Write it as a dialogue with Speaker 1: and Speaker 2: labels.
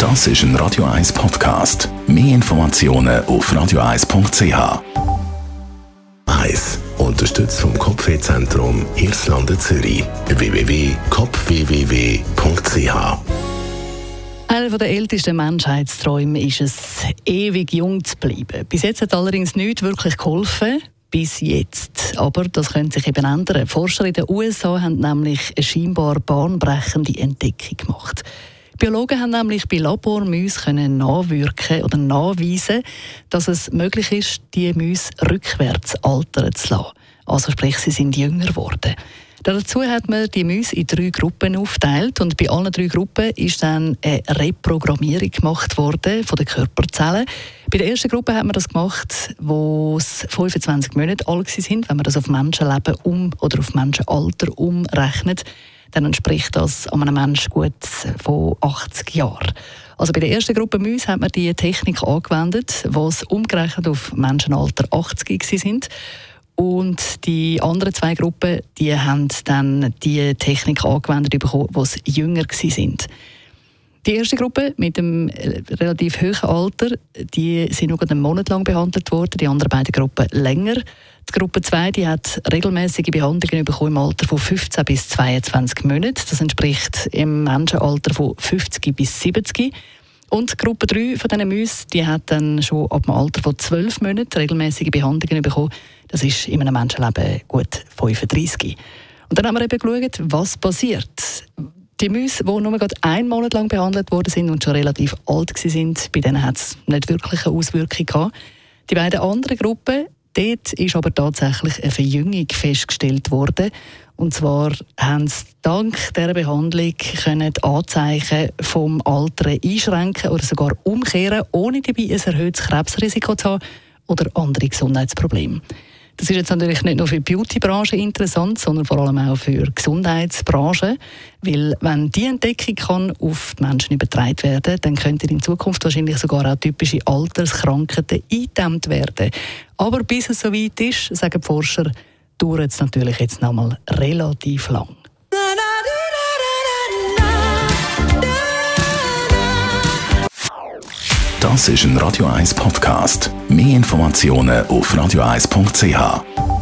Speaker 1: Das ist ein Radio 1 Podcast. Mehr Informationen auf radio1.ch. 1. Unterstützt vom Kopfwehzentrum Irlande Zürich. www.kopfwww.ch.
Speaker 2: Einer der ältesten Menschheitsträume ist es, ewig jung zu bleiben. Bis jetzt hat allerdings nichts wirklich geholfen. Bis jetzt. Aber das könnte sich eben ändern. Forscher in den USA haben nämlich eine scheinbar bahnbrechende Entdeckung gemacht. Biologen haben nämlich bei Labormäusen nachwirken oder nachweisen, dass es möglich ist, die Mäuse rückwärts altern zu lassen. Also sprich, sie sind jünger geworden. Dazu hat man die Mäuse in 3 Gruppen aufgeteilt und bei allen 3 Gruppen ist dann eine Reprogrammierung gemacht worden von den Körperzellen. Bei der ersten Gruppe hat man das gemacht, wo es 25 Monate alt sind, wenn man das auf Menschenleben oder auf Menschenalter umrechnet. Dann entspricht das an einem Menschen gut von 80 Jahren. Also bei der ersten Gruppe Mäuse hat man die Technik angewendet, was umgerechnet auf Menschenalter 80 sind. Und die anderen 2 Gruppen, die haben dann die Technik angewendet bekommen, die jünger sind. Die erste Gruppe mit dem relativ hohen Alter, die sind nur einen Monat lang behandelt worden, die anderen beiden Gruppen länger. Die Gruppe 2, die hat regelmäßige Behandlungen bekommen im Alter von 15 bis 22 Monaten. Das entspricht im Menschenalter von 50 bis 70. Und die Gruppe 3 von diesen Mäusen, die hat dann schon ab dem Alter von 12 Monaten regelmäßige Behandlungen bekommen. Das ist in einem Menschenleben gut 35. Und dann haben wir eben geschaut, was passiert. Die Mäuse, die nur gerade 1 Monat lang behandelt worden sind und schon relativ alt waren, bei denen hat es nicht wirklich eine Auswirkung gehabt. Die beiden anderen Gruppen, dort ist aber tatsächlich eine Verjüngung festgestellt worden. Und zwar haben sie dank dieser Behandlung die Anzeichen vom Alter einschränken oder sogar umkehren, ohne dabei ein erhöhtes Krebsrisiko zu haben oder andere Gesundheitsprobleme. Das ist jetzt natürlich nicht nur für die Beauty-Branche interessant, sondern vor allem auch für die Gesundheitsbranche. Weil wenn diese Entdeckung kann auf die Menschen übertragen werden, dann könnten in Zukunft wahrscheinlich sogar auch typische Alterskrankheiten eingedämmt werden. Aber bis es soweit ist, sagen die Forscher, dauert es natürlich jetzt noch mal relativ lang.
Speaker 1: Das ist ein Radio 1 Podcast. Mehr Informationen auf radio1.ch.